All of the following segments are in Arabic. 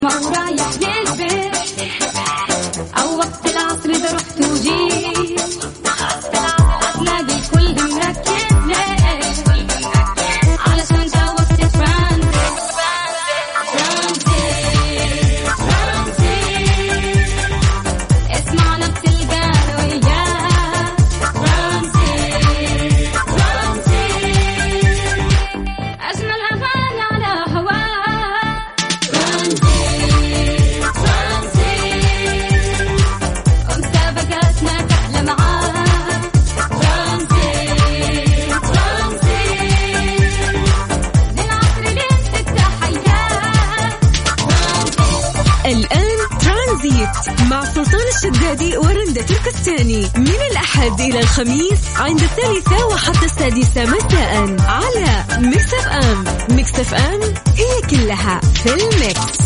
رايح للبيت أو وقت العصر إذا رحت وجيت هتلاقي الكل مركز علشان ده وقت اسمعنا بتلقى وياه أجمل أغاني على هواه ومسابقاتنا تحلى معاه للعصر لين التحيات. الآن ترانزيت مع سلطان الشدادي ورندة تركستاني من الأحد إلى الخميس عند 3 وحتى 6 مساء على ميكس اف ام. ميكس اف ام هي كلها في الميكس.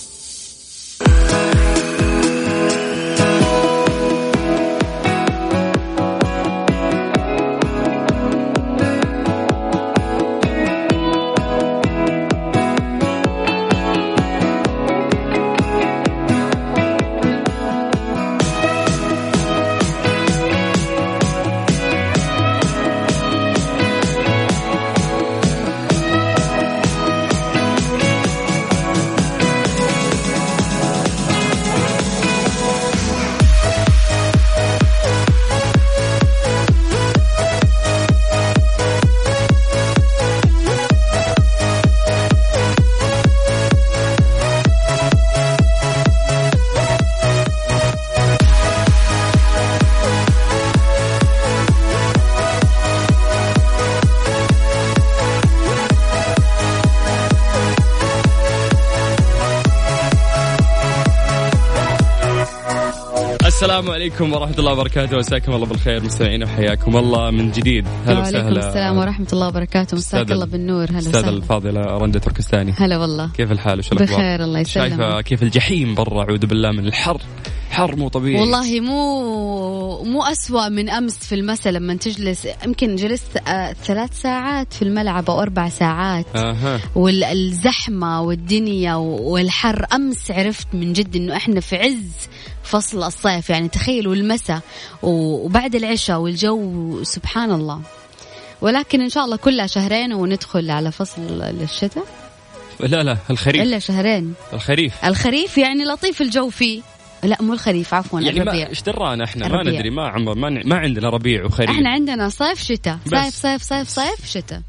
السلام عليكم ورحمة الله وبركاته، وساكم الله بالخير مستمعين وحياكم الله من جديد. هلا وسهلا. وعليكم السلام ورحمة الله وبركاته، مساك الله بالنور. هلا أستاذ الفاضلة رندة تركستاني. هلا والله، كيف الحال وش الأخبار؟ بخير الله يسلمك. شايفة كيف الجحيم برا، أعوذ بالله من الحر، حر مو طبيعي والله. مو أسوأ من أمس في المساء لما تجلس، يمكن جلست 3 ساعات في الملعب أو 4 ساعات. والزحمة والدنيا والحر. أمس عرفت من جد إنه إحنا في عز فصل الصيف، يعني تخيلوا المساء وبعد العشاء والجو سبحان الله. ولكن إن شاء الله كلها شهرين وندخل على فصل الشتاء. لا الخريف إلا شهرين. الخريف يعني لطيف الجو فيه. لا مو الخريف، عفوا يعني الربيع. ايش درانا احنا الربيع. ما ندري، ما عندنا ربيع وخريف. احنا عندنا صيف شتاء، صيف شتاء،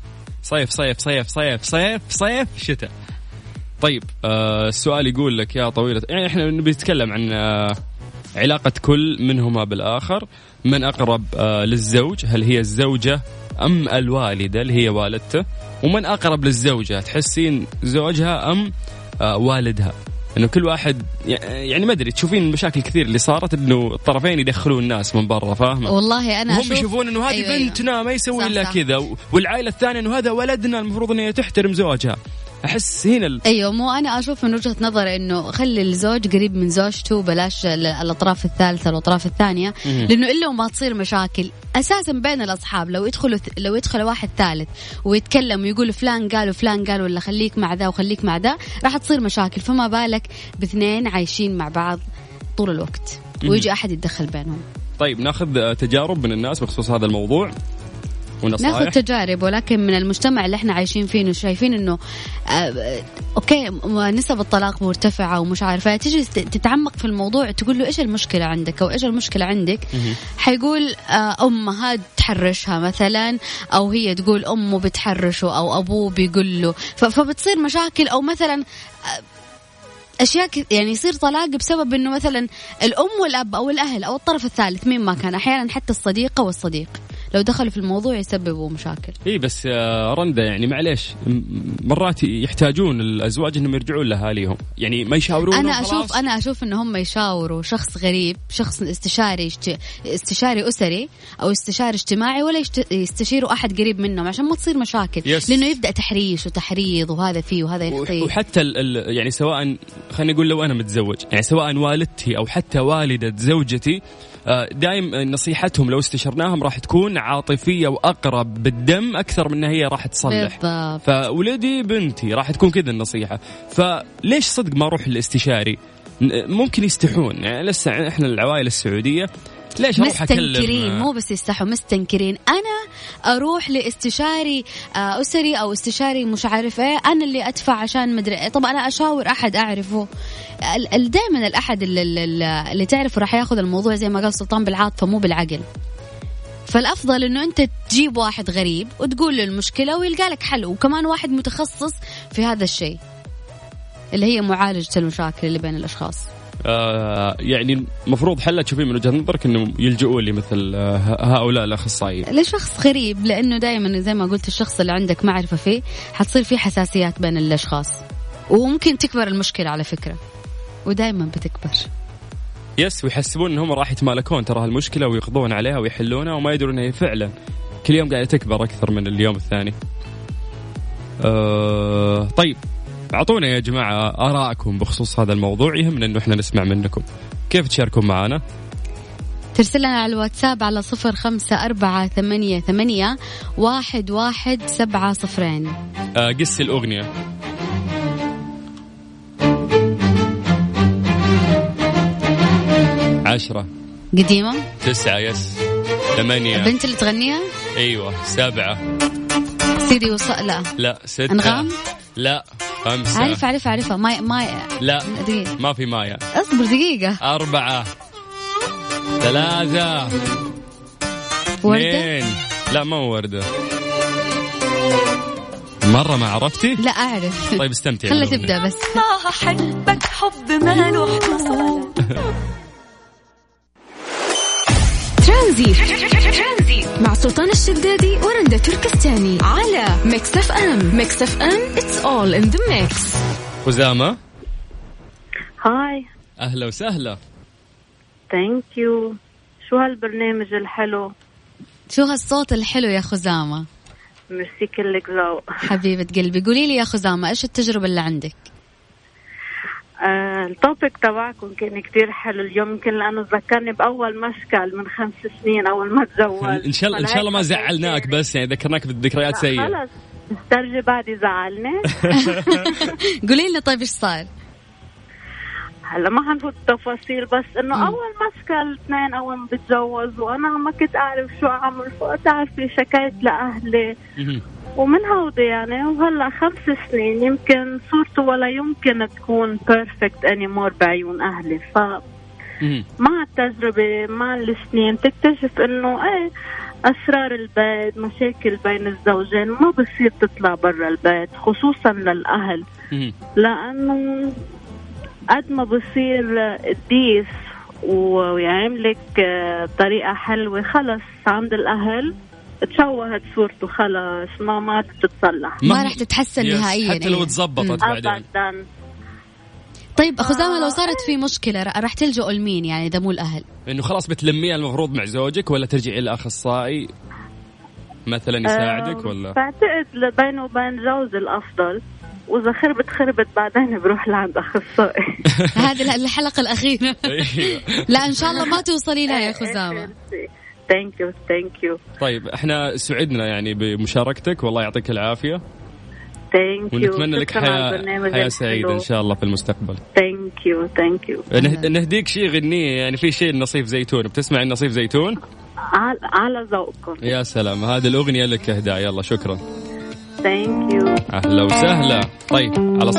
صيف شتاء. طيب السؤال يقول لك يا طويلة، يعني احنا بنتكلم عن علاقة كل منهما بالآخر. من أقرب للزوج، هل هي الزوجة أم الوالدة اللي هي والدته؟ ومن أقرب للزوجة، تحسين زوجها أم والدها؟ إنه كل واحد يعني ما أدري، تشوفين المشاكل كثير اللي صارت إنه الطرفين يدخلون الناس من برا، فاهمة؟ والله أنا هم يشوفون إنه هذه بنتنا ما يسوي إلا كذا، والعائلة الثانية إنه هذا ولدنا المفروض إنه تحترم زوجها. أحس هنا مو أنا أشوف من وجهة نظر إنه خلي الزوج قريب من زوجته، بلاش الأطراف الثالثة والأطراف الثانية، لأنه إلا وما تصير مشاكل أساسا بين الأصحاب. لو يدخل واحد ثالث ويتكلم ويقول فلان قال ولا خليك مع ذا وخليك مع ذا، راح تصير مشاكل. فما بالك باثنين عايشين مع بعض طول الوقت ويجي أحد يتدخل بينهم. طيب ناخذ تجارب من الناس بخصوص هذا الموضوع ونصائح. ناخذ تجارب، ولكن من المجتمع اللي احنا عايشين فيه شايفين انه اوكي نسب الطلاق مرتفعه ومش عارفه، تيجي تتعمق في الموضوع تقول له ايش المشكله عندك او ايش المشكله عندك، حيقول امها تحرشها مثلا، او هي تقول امه بتحرشه او ابوه بيقول له، فبتصير مشاكل. او مثلا أشياء يعني يصير طلاق بسبب إنه مثلا الأم والأب أو الأهل أو الطرف الثالث مين ما كان، أحيانا حتى الصديقة والصديق لو دخلوا في الموضوع يسببوا مشاكل. إيه بس رندة يعني معليش، مرات يحتاجون الأزواج إنهم يرجعون لأهاليهم، يعني ما يشاورون. أنا أشوف إن هم يشاوروا شخص غريب، شخص استشاري أسري أو استشاري اجتماعي، ولا يستشيروا أحد قريب منهم عشان ما تصير مشاكل. لأنه يبدأ تحريش وتحريض وهذا فيه وهذا يخطيه. وحتى يعني سواء خلينا نقول لو أنا متزوج، يعني سواء والدتي أو حتى والدة زوجتي، دائم نصيحتهم لو استشرناهم راح تكون عاطفية وأقرب بالدم أكثر من أنها هي راح تصلح. بالضبط. فولدي بنتي راح تكون كذا النصيحة. فليش صدق ما أروح للاستشاري؟ ممكن يستحون، يعني لسه إحنا العوائل السعودية ليش أروح أكلم؟ مستنكرين، مو بس يستحوا، مستنكرين. أنا أروح لاستشاري أسري أو استشاري مش عارف إيه، أنا اللي أدفع عشان مدري. طب أنا أشاور أحد أعرفه، دائما الأحد اللي تعرفه راح ياخذ الموضوع زي ما قال سلطان بالعاطفة مو بالعقل. فالأفضل إنه أنت تجيب واحد غريب وتقول له المشكلة ويلقى لك حل، وكمان واحد متخصص في هذا الشيء اللي هي معالجة المشاكل اللي بين الأشخاص. يعني مفروض حلا تشوفين من وجهة نظرك إنه يلجؤوا لي مثل هؤلاء الأخصائيين لشخص غريب، لأنه دائما زي ما قلت الشخص اللي عندك معرفة فيه حتصير فيه حساسيات بين الأشخاص، وممكن تكبر المشكلة على فكرة، ودائما بتكبر. يس، ويحسبون إنهم راح يتمالكون ترى هالمشكلة ويقضون عليها ويحلونها، وما يدرون إنها فعلا كل يوم قاعدة تكبر أكثر من اليوم الثاني. طيب أعطونا يا جماعة آراءكم بخصوص هذا الموضوع، يهمنا إنه إحنا نسمع منكم. كيف تشاركون معنا؟ ترسل لنا على الواتساب على 0548811700. قس الأغنية. 10 قديمة 9 يس 8 البنت اللي تغنيها. أيوة 7 سيدي لا 6 أنغام. لا 5 عارفة مايا لا دقيقة. ما في مايا. اصبر دقيقة. 4 3 وردة. 2 لا ما وردة مرة ما عرفتي. لا أعرف. طيب استمتع. خلي تبدأ بس. أحبك حب ما له حدود. ترانزيت مع سلطان الشدادي ورندا تركستاني على ميكس اف ام. ميكس اف ام it's all in the mix. خزامة هاي. أهلا وسهلا. ثانك يو. شو هالبرنامج الحلو، شو هالصوت الحلو يا خزامة. ميرسي كلك ذوق. حبيبة قلبي، قولي لي يا خزامة إيش التجربة اللي عندك؟ التوبيك تبعكم كان كتير حلو اليوم، يمكن لأنه ذكرني بأول مشكل من 5 سنين أول ما تزوج. إن شاء الله ما زعلناك، بس يعني ذكرناك بالذكريات سيئة. خلاص استرجي بعد يزعلني. قولي لنا طيب إيش صار؟ هلا ما حنفوت التفاصيل، بس إنه أول مشكل 2 أول ما بتجوز وأنا ما كنت أعرف شو أعمل، فتعرفي شكيت لأهلي ومن هودي يعني. وهلا 5 سنين يمكن صورته ولا يمكن تكون بيرفكت anymore بعيون أهلي. ف مع التجربة مع السنين تكتشف إنه إيه أسرار البيت، مشاكل بين الزوجين ما بصير تطلع برا البيت، خصوصا للأهل، لأنه قد ما بصير ديس ويعملك طريقة حلوة خلص عند الأهل تشوهت صورته، خلاص ما تتصلح، ما راح تتحسن نهائيا حتى لو تزبطت بعدين. أبداً. طيب خزامة لو صارت في مشكلة راح تلجأوا لمين يعني إذا مو الأهل؟ إنه خلاص بتلميها المفروض مع زوجك، ولا ترجعي لأخصائي مثلا يساعدك، ولا؟ بعتقد بينه وبين جوز الأفضل، وإذا خربت بعدين بروح لعند أخصائي. هذه الحلقة الأخيرة. لا إن شاء الله ما توصلي لها يا خزامة. ثانك يو. طيب احنا سعدنا يعني بمشاركتك، والله يعطيك العافية. ثانك يو. ونتمنى لك حياة سعيدة إن شاء الله في المستقبل. ثانك يو. نهديك شيء غنية يعني، في شيء النصيف زيتون، بتسمع النصيف زيتون؟ على ذوقكم. يا سلام، هذه الأغنية لك إهداء. يلا شكرا. ثانك يو. أهلا وسهلا. طيب على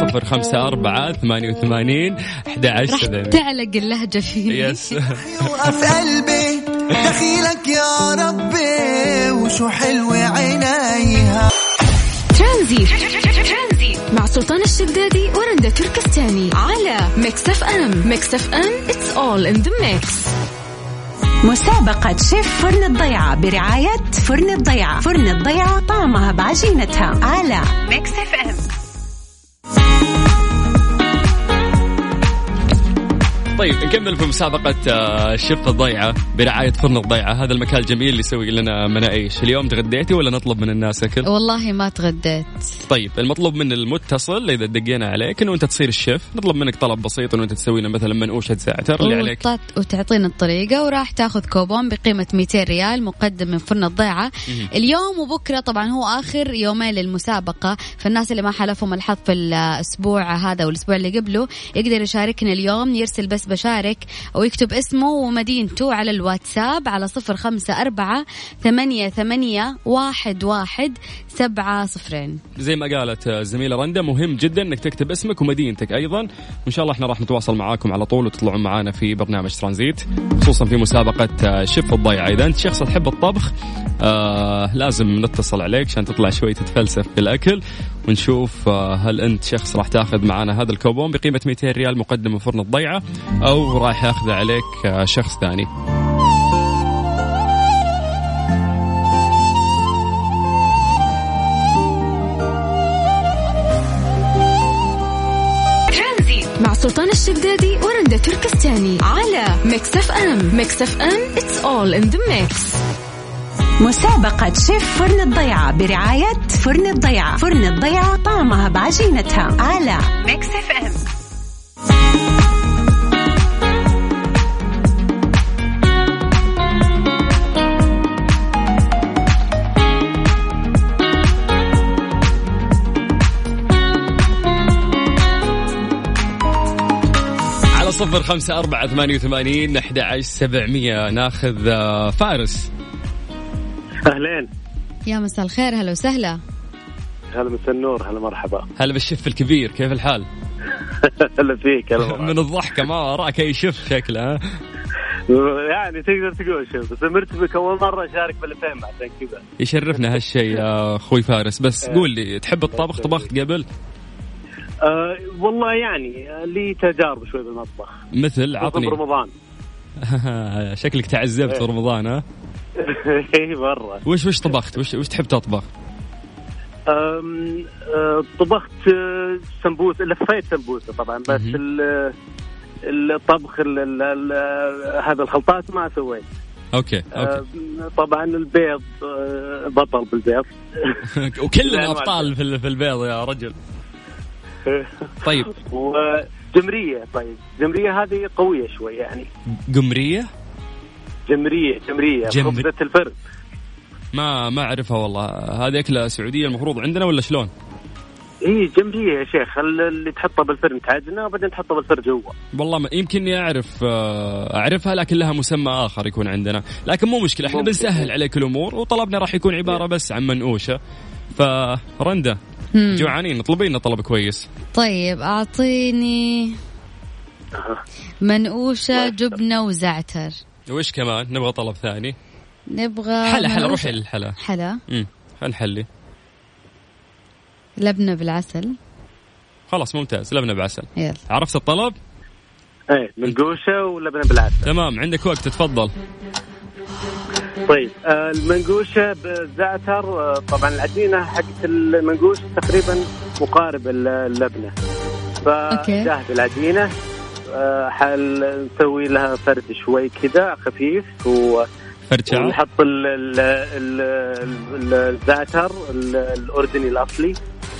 05488111 راح تعلق اللهجة فيه. يس. في قلبي دخيلك يا ربي وشو حلوة عينيها. ترانزيت مع سلطان الشدادي ورندا تركستاني على ميكس اف ام. ميكس اف ام it's all in the mix. مسابقة شيف فرن الضيعة برعاية فرن الضيعة. فرن الضيعة طعمها بعجينتها على ميكس اف ام. طيب نكمل في مسابقة الشيف الضيعة برعاية فرن الضيعة. هذا المكان الجميل اللي يسوي لنا مناقيش. اليوم تغديتي ولا نطلب من الناس أكل؟ والله ما تغديت. طيب المطلوب من المتصل إذا دقينا عليك إنه أنت تصير الشيف، نطلب منك طلب بسيط إنه أنت تسوي لنا مثلا منقوشة زعتر اللي عليك وتعطينا الطريقة، وراح تاخذ كوبون بقيمة 200 ريال مقدم من فرن الضيعة اليوم وبكرة. طبعا هو آخر يومين للمسابقة، فالناس اللي ما حلفهم الحظ في الأسبوع هذا والأسبوع اللي قبله يقدر يشاركنا اليوم، يرسل بس بشارك ويكتب اسمه ومدينته على الواتساب على 0548811700. زي ما قالت الزميلة رندا مهم جدا انك تكتب اسمك ومدينتك ايضا، وان شاء الله احنا راح نتواصل معاكم على طول وتطلعون معانا في برنامج ترانزيت، خصوصا في مسابقة شيف الضيعة. اذا انت شخص تحب الطبخ لازم نتصل عليك عشان تطلع شوي تتفلسف بالاكل، ونشوف هل انت شخص راح تاخذ معانا هذا الكوبون بقيمة 200 ريال مقدم من فرن الضيعة، او راح ياخذ عليك شخص ثاني. مع سلطان الشدادي ورندا تركستاني على ميكس اف ام. ميكس اف ام it's all in the mix. مسابقة شيف فرن الضيعة برعاية فرن الضيعة. فرن الضيعة طعمها بعجينتها على ميكس اف ام. على 0548811700 ناخذ فارس. أهلين. يا مساء الخير، هلا وسهلا. هلا مساء النور، هلا مرحبا. هلا بالشيف الكبير، كيف الحال؟ هلا فيك. من الضحكة ما وراك أي شيف شكله. يعني تقدر تقول شيف، بس مرتبك أول مرة أشارك بالفهم عشان كذا. يشرفنا هالشيء يا أخوي فارس. بس قول لي، تحب الطبخ؟ طبخت قبل؟ والله يعني لي تجارب شوي بالمطبخ. مثل عطني. رمضان. شكلك تعذبت في رمضان ها؟ اي مرة. وش طبخت؟ وش تحب تطبخ؟ طبخت سمبوس، لفيت سمبوسة طبعا، بس الطبخ هذا الخلطات ما سويت. اوكي. طبعا البيض بطل بالبيض. وكلنا ابطال في البيض يا رجل. طيب وجمرية. طيب جمرية هذه قوية شوي يعني. جمرية خبزة الفرن. ما أعرفها والله. هذه أكلة سعودية المفروض عندنا ولا شلون؟ إيه جمرية يا شيخ، اللي تحطها بالفرن تعجنها وبعدين تحطها بالفرن جوا. والله يمكن أعرفها، لكن لها مسمى آخر يكون عندنا، لكن مو مشكلة، إحنا بنسهل عليك الأمور، وطلبنا راح يكون عبارة بس عن منقوشة. فرندا جوعانين، اطلبي لنا طلب كويس. طيب أعطيني منقوشة جبنة وزعتر. وش كمان نبغى طلب ثاني؟ نبغى حلا روحي للحلا. حلا هنحلي لبنة بالعسل. خلاص ممتاز، لبنة بعسل. يلا. عرفت الطلب؟ ايه منقوشة ولبنة بالعسل. تمام، عندك وقت، تفضل. طيب المنقوشة بالزعتر، طبعا العجينة حقت المنقوش تقريبا مقارب اللبنة، فجاهز العجينة. نسوي لها فرد شوي كذا خفيف ونحط الزعتر الأردني الأصلي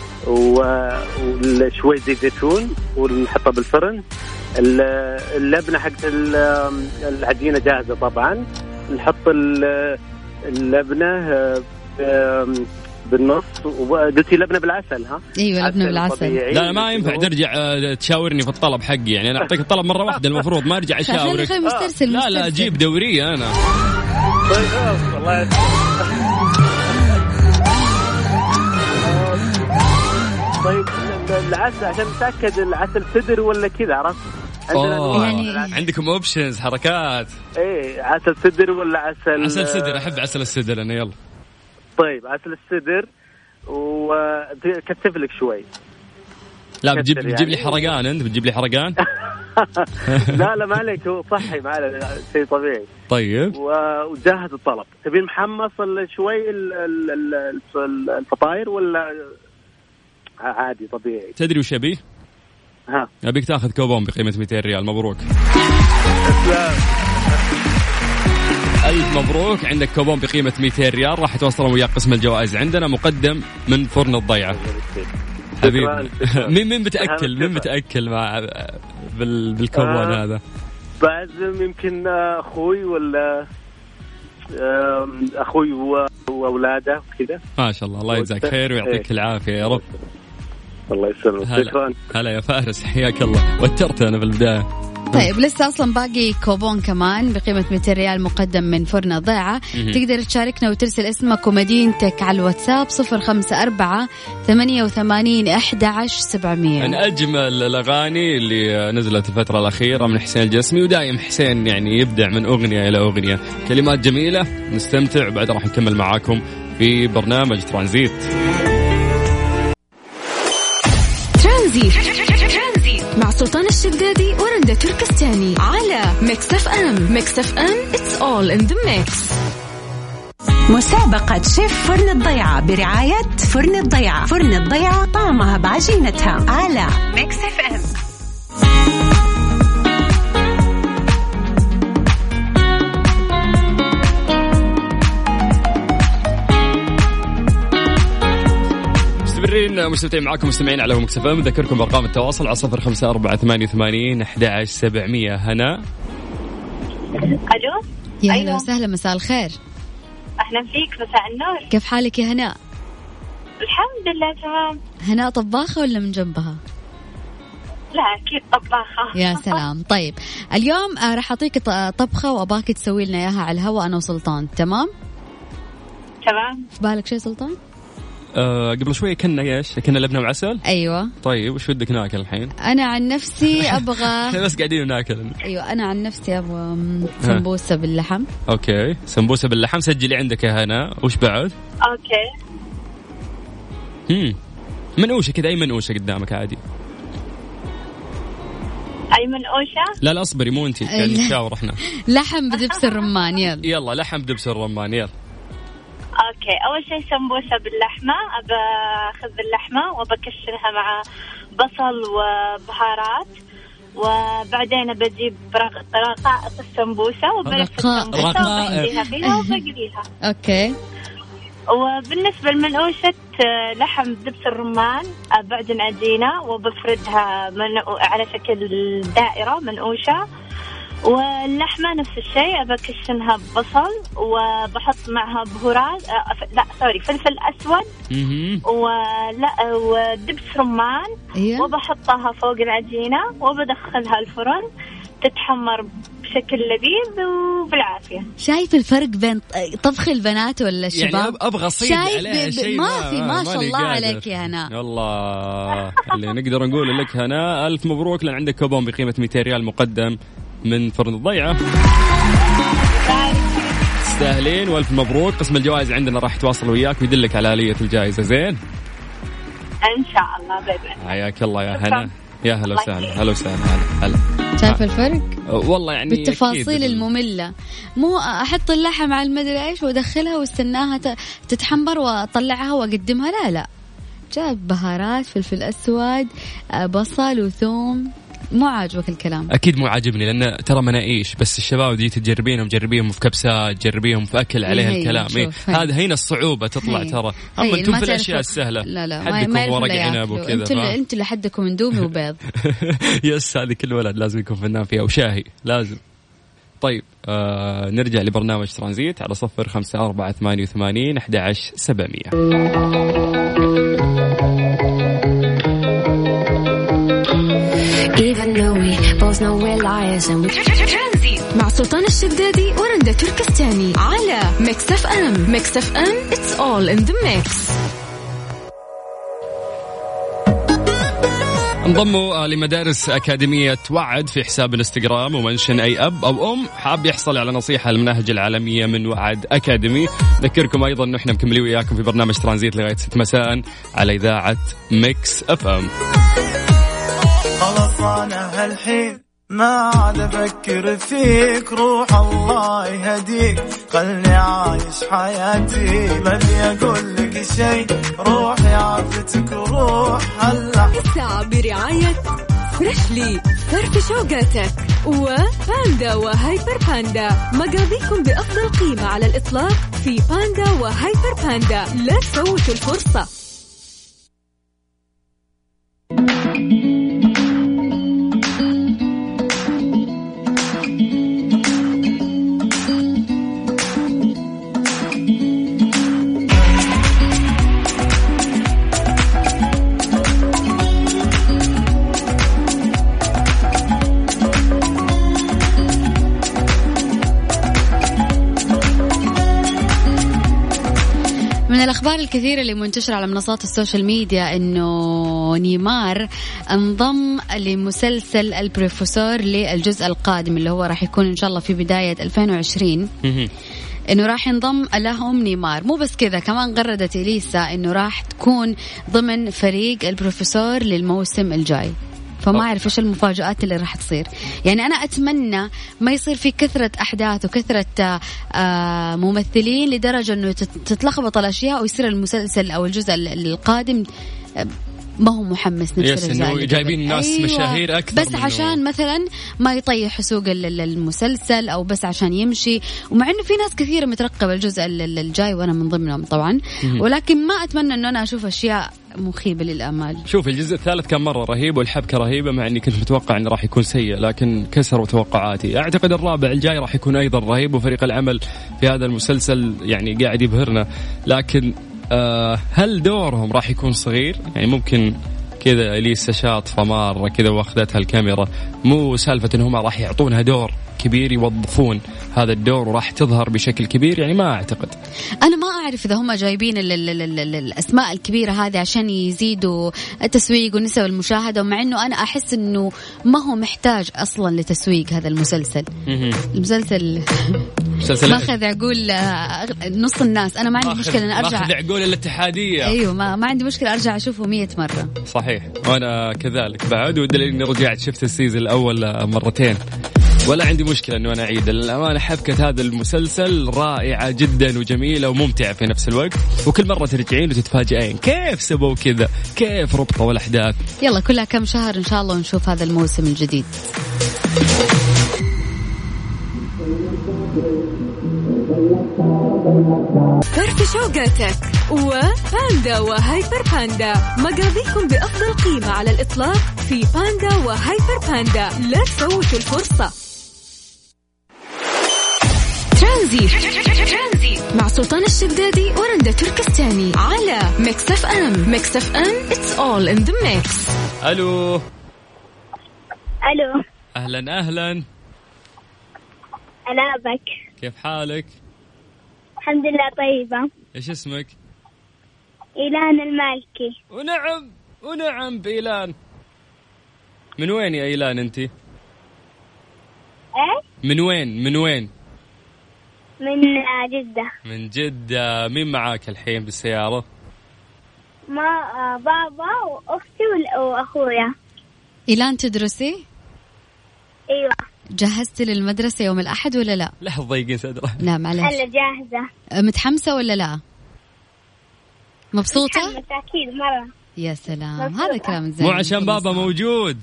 وشوي زيت زيتون ونحطها بالفرن. اللبنة حقت العجينة جاهزة طبعا، نحط اللبنة بالنص. وقلتي لبنة بالعسل ها؟ ايوه لبنة بالعسل. لا ما ينفع ترجع تشاورني في الطلب حقي، يعني انا اعطيك الطلب مرة واحدة المفروض، ما ارجع اشاورك. لا اجيب دورية انا. طيب والله. طيب العسل عشان نتأكد العسل سدر ولا كذا، عرفت؟ يعني عندكم اوبشنز، حركات. ايه عسل سدر ولا عسل سدر. احب عسل السدر انا. يلا طيب عسل السدر وكتف لك شوي. لا بتجيب لي حرقان. انت بتجيب لي حرقان. لا ما عليك، هو صحي ما عليه شيء طبيعي. طيب وجهز الطلب. تبين محمص شوي الفطاير ولا عادي طبيعي؟ تدري وش أبيه؟ أبيك تأخذ كوبون بقيمة 200 ريال. مبروك. ألف مبروك، عندك كوبون بقيمة 200 ريال راح توصلهم وياك قسم الجوائز عندنا، مقدم من فرن الضيعة. حبيبي مين بتأكل مع بالكوبون هذا؟ بعزم يمكن أخوي ولا أخوي وأولاده كذا. ما شاء الله، الله يجزاك خير ويعطيك العافية يا رب. الله يسلمك. شكرا. هلا يا فارس، حياك الله. وترت أنا بالبداية. طيب لسه أصلا باقي كوبون كمان بقيمة 200 ريال مقدم من فرن الضيعة. تقدر تشاركنا وترسل اسمك ومدينتك على الواتساب 054-88-11-700. من أجمل الأغاني اللي نزلت الفترة الأخيرة من حسين الجسمي، ودايم حسين يعني يبدع من أغنية إلى أغنية، كلمات جميلة نستمتع، وبعد راح نكمل معاكم في برنامج ترانزيت. مع سلطان الشدادي ورندا تركستاني على ميكس اف ام. ميكس اف ام it's all in the mix. مسابقة شيف فرن الضيعة برعاية فرن الضيعة. فرن الضيعة طعمها بعجينتها على ميكس اف ام. مستمتعين معاكم مستمعين على ميكس اف ام. نذكركم بارقام التواصل على 0548811700. هنا الو. يا هلا وسهلا، مساء الخير. اهلا فيك، مساء النور. كيف حالك يا هناء؟ الحمد لله تمام. هناء طباخة ولا من جنبها؟ لا اكيد طباخة. يا سلام. طيب اليوم راح اعطيك طبخة واباك تسوي لنا اياها على الهواء انا وسلطان. تمام تمام. في بالك شيء سلطان؟ قبل شوي كنا لبنة وعسل. أيوة. طيب وش بدك ناكل الحين؟ أنا عن نفسي أبغى بس قاعدين ناكل. أيوة أنا عن نفسي أبغى سمبوسة باللحم. أوكي سمبوسة باللحم، سجلي عندك يا هنا. وش بعد؟ أوكي. منقوشة كذا، أي منقوشة قدامك عادي. أي منقوشة؟ لا اصبري، مو أنتي يعني نشاور إحنا. لحم بدبس الرمان. يلا لحم بدبس الرمان. يلا. اوكي، اول شيء سمبوسه باللحمه. باخذ اللحمه وبكشرها مع بصل وبهارات، وبعدين بجيب رقائق السمبوسه وبلف السمبوسه وبقليها فيها وبقليها. اوكي. وبالنسبه لمنقوشه لحم دبس الرمان، بعدين عجينه وبفردها على شكل دائره منقوشه، واللحمة نفس الشيء بكشنها ببصل وبحط معها بهارات فلفل أسود ودبس رمان. وبحطها فوق العجينة وبدخلها الفرن تتحمر بشكل لذيذ وبالعافية. شايف الفرق بين طبخ البنات ولا الشباب؟ يعني أبغى صيد عليها شيء ما شاء الله عليك يا هنا. والله اللي نقدر نقول لك هنا ألف مبروك، لأن عندك كوبون بقيمة 200 ريال مقدم من فرن الضيعة. تستاهلين والف مبروك. قسم الجوائز عندنا راح يتواصل وياك ويدلك على آلية الجائزة. زين إن شاء الله. بإذن. حياك الله يا هنا. يا هلا وسهلا. هلا وسهلا. هلا. شايف الفرق؟ والله يعني بالتفاصيل المملة. مو أحط اللحم على المدري إيش وأدخلها واستناها تتحمر وأطلعها وأقدمها. لا جاب بهارات، فلفل أسود، بصل وثوم. مو عاجبك الكلام؟ أكيد مو عاجبني، لأن ترى مناقيش بس الشباب دي تجربينهم في كبسات، تجربيهم في أكل عليها الكلام. هذا هنا الصعوبة تطلع. ترى أما أنتم في الأشياء السهلة. لا حدكم ورق عنب وكذا. أنتوا لحدكم اندومي وبيض. يس هذه كل ولد لازم يكون فنان فيها، وشاهي لازم. طيب نرجع لبرنامج ترانزيت على 0548811700. مع سلطان الشدادي ورندا تركستاني على ميكس اف ام. ميكس اف ام it's all in the mix. انضموا لمدارس أكاديمية وعد في حساب الانستغرام ومنشن أي أب أو أم حاب يحصل على نصيحة المناهج العالمية من وعد أكاديمي. ذكركم أيضا أنه إحنا مكملين وياكم في برنامج ترانزيت لغاية 6 مساء على إذاعة ميكس اف ام. خلاص أنا هالحين ما عاد أفكر فيك، روح الله يهديك خلني عايش حياتي، ماني أقول لك شيء روح يا عفتك وروح هلا. ساعة برعاية فريشلي فرف شوقاتك وباندا وهايبر باندا مقاضيكم بأفضل قيمة على الإطلاق في باندا وهايبر باندا. لا تفوتوا الفرصة. من الأخبار الكثيرة اللي منتشرة على منصات السوشيال ميديا إنه نيمار انضم لمسلسل البروفيسور للجزء القادم اللي هو راح يكون إن شاء الله في بداية 2020. إنه راح ينضم لهم نيمار. مو بس كذا، كمان غردت إليسا إنه راح تكون ضمن فريق البروفيسور للموسم الجاي. فما أعرف إيش المفاجآت اللي راح تصير. يعني أنا أتمنى ما يصير في كثرة أحداث وكثرة ممثلين لدرجة إنه تتلخبط الأشياء ويصير المسلسل أو الجزء القادم ما هو محمس نفس الرجال. جايبين ناس أيوة. مشاهير أكثر بس عشان مثلا ما يطيح سوق المسلسل أو بس عشان يمشي. ومع إنه في ناس كثيرة مترقبة الجزء الجاي وأنا من ضمنهم طبعا. ولكن ما أتمنى إنه أنا أشوف أشياء مخيبة للأمال. شوف الجزء الثالث كان مرة رهيب والحبكة رهيبة، مع أني كنت متوقع أنه راح يكون سيء لكن كسروا توقعاتي. أعتقد الرابع الجاي راح يكون أيضا رهيب، وفريق العمل في هذا المسلسل يعني قاعد يبهرنا. لكن هل دورهم راح يكون صغير؟ يعني ممكن كذا إليسا شاطفة مرة كذا واخذتها الكاميرا، مو سالفة إنهم راح يعطونها دور كبير يوظفون هذا الدور وراح تظهر بشكل كبير. يعني ما أعتقد. أنا ما أعرف إذا هم جايبين الأسماء الكبيرة هذه عشان يزيدوا التسويق ونسب المشاهدة، ومع إنه أنا أحس إنه ما هو محتاج أصلا لتسويق هذا المسلسل. المسلسل ما أخذ عقول نص الناس. أنا ما عندي مشكلة أن أرجع، ما أخذ عقول الاتحادية. أيوة ما عندي مشكلة أرجع أشوفه 100 مرة. صحيح، وأنا كذلك بعد، ودليل إني رجعت شفت السيزون الأول مرتين ولا عندي مشكلة أنه أنا أعيد. الأمانة حبكة هذا المسلسل رائعة جدا وجميلة وممتعة في نفس الوقت، وكل مرة ترجعين وتتفاجئين كيف سبوا كذا، كيف ربطوا الأحداث. يلا كلها كم شهر إن شاء الله ونشوف هذا الموسم الجديد. فرف شوقاتك وباندا وهايبر باندا مقاضيكم بأفضل قيمة على الإطلاق في باندا وهايبر باندا. لا تفوتوا الفرصة. ترانزيت مع سلطان الشدادي ورندا تركستاني على ميكس اف ام. ميكس اف ام it's all in the mix. ألو ألو أهلا أنا بك. كيف حالك؟ الحمد لله طيبة. إيش اسمك؟ إيلان المالكي. ونعم بإيلان. من وين يا إيلان أنتي؟ إيه؟ من وين؟ من جدة. من جدة. مين معاك الحين بالسيارة؟ ما بابا وأختي وأخويا. إيلان تدرسي؟ أيوة. جهزتي للمدرسة يوم الأحد ولا لا؟ لا ضيقين صدره. لا معلش. أنا جاهزة. متحمسة ولا لا؟ مبسوطة؟ متحمسة أكيد مرة. يا سلام مبسوطة. هذا كلام زين. مو عشان بابا موجود.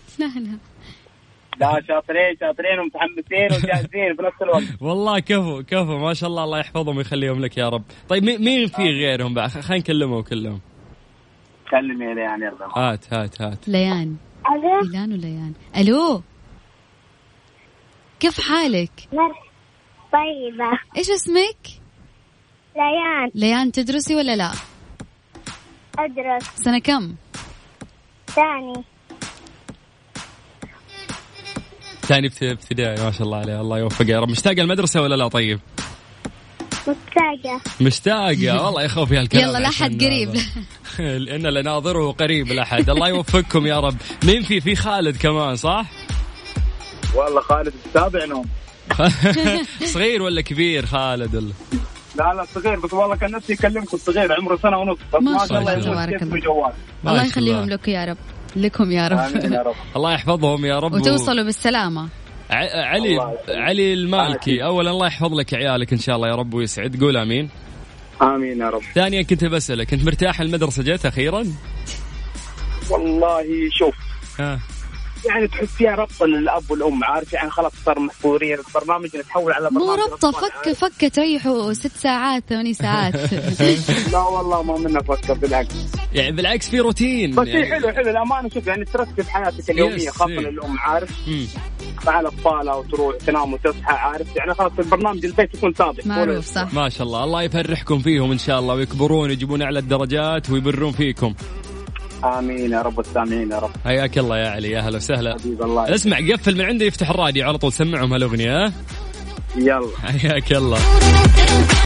لا شاطرين ومتحمسين وجاهزين بنفس الوقت. والله كفو ما شاء الله، الله يحفظهم ويخليهم لك يا رب. طيب مين في غيرهم بقى؟ خلينا نكلمهم كلهم. كلمي ليان يلا. هات ليان. إيلان وليان. ألو كيف حالك؟ طيبة. إيش اسمك؟ ليان. تدرسي ولا لا؟ أدرس. سنة كم؟ ثاني ابتدائي. ما شاء الله عليه، الله يوفقه يا رب. مشتاقة المدرسة ولا لا؟ طيب مشتاقة والله يا خوفي هالكلام. يلا الأحد قريب. لأن لناظره قريب الأحد. الله يوفقكم يا رب. مين في خالد كمان صح؟ والله خالد السابع نوم. صغير ولا كبير خالد ولا؟ لا صغير، بس والله كان نفسي يكلمكم الصغير عمره 1.5 سنة. بس ما شاء الله تبارك الله. الله يخليهم لك يا رب. لكم يا رب. آمين يا رب. الله يحفظهم يا رب وتوصلوا بالسلامة. علي المالكي، أولا الله يحفظ لك عيالك إن شاء الله يا رب ويسعد. قول آمين. آمين يا رب. ثانيا كنت بسألك، كنت مرتاح المدرسة جت أخيرا؟ والله شوف يعني تحس فيها ربطة للأب والأم، عارف يعني خلاص صار محظورين البرنامج نتحول على برنامج مو ربطة، فك تريحوا 6 ساعات 8 ساعات. لا والله ما منها فكة، بالعكس يعني بالعكس في روتين بس يعني. حلو الأمانة. شوف يعني ترتب حياتك اليومية خاصة للأم، عارف مع الأطفال وتروح تنام وتصحى، عارف يعني خلاص البرنامج البيت يكون ثابت معروف صح. ما شاء الله، الله يفرحكم فيهم إن شاء الله ويكبرون يجيبون أعلى الدرجات ويبرون فيكم. آمين يا رب والسامعين يا رب. حياك الله يا علي، يا هلا وسهلا. الله اسمع قفل من عنده يفتح الراديو على طول، سمعهم هالأغنية. يلا حياك الله.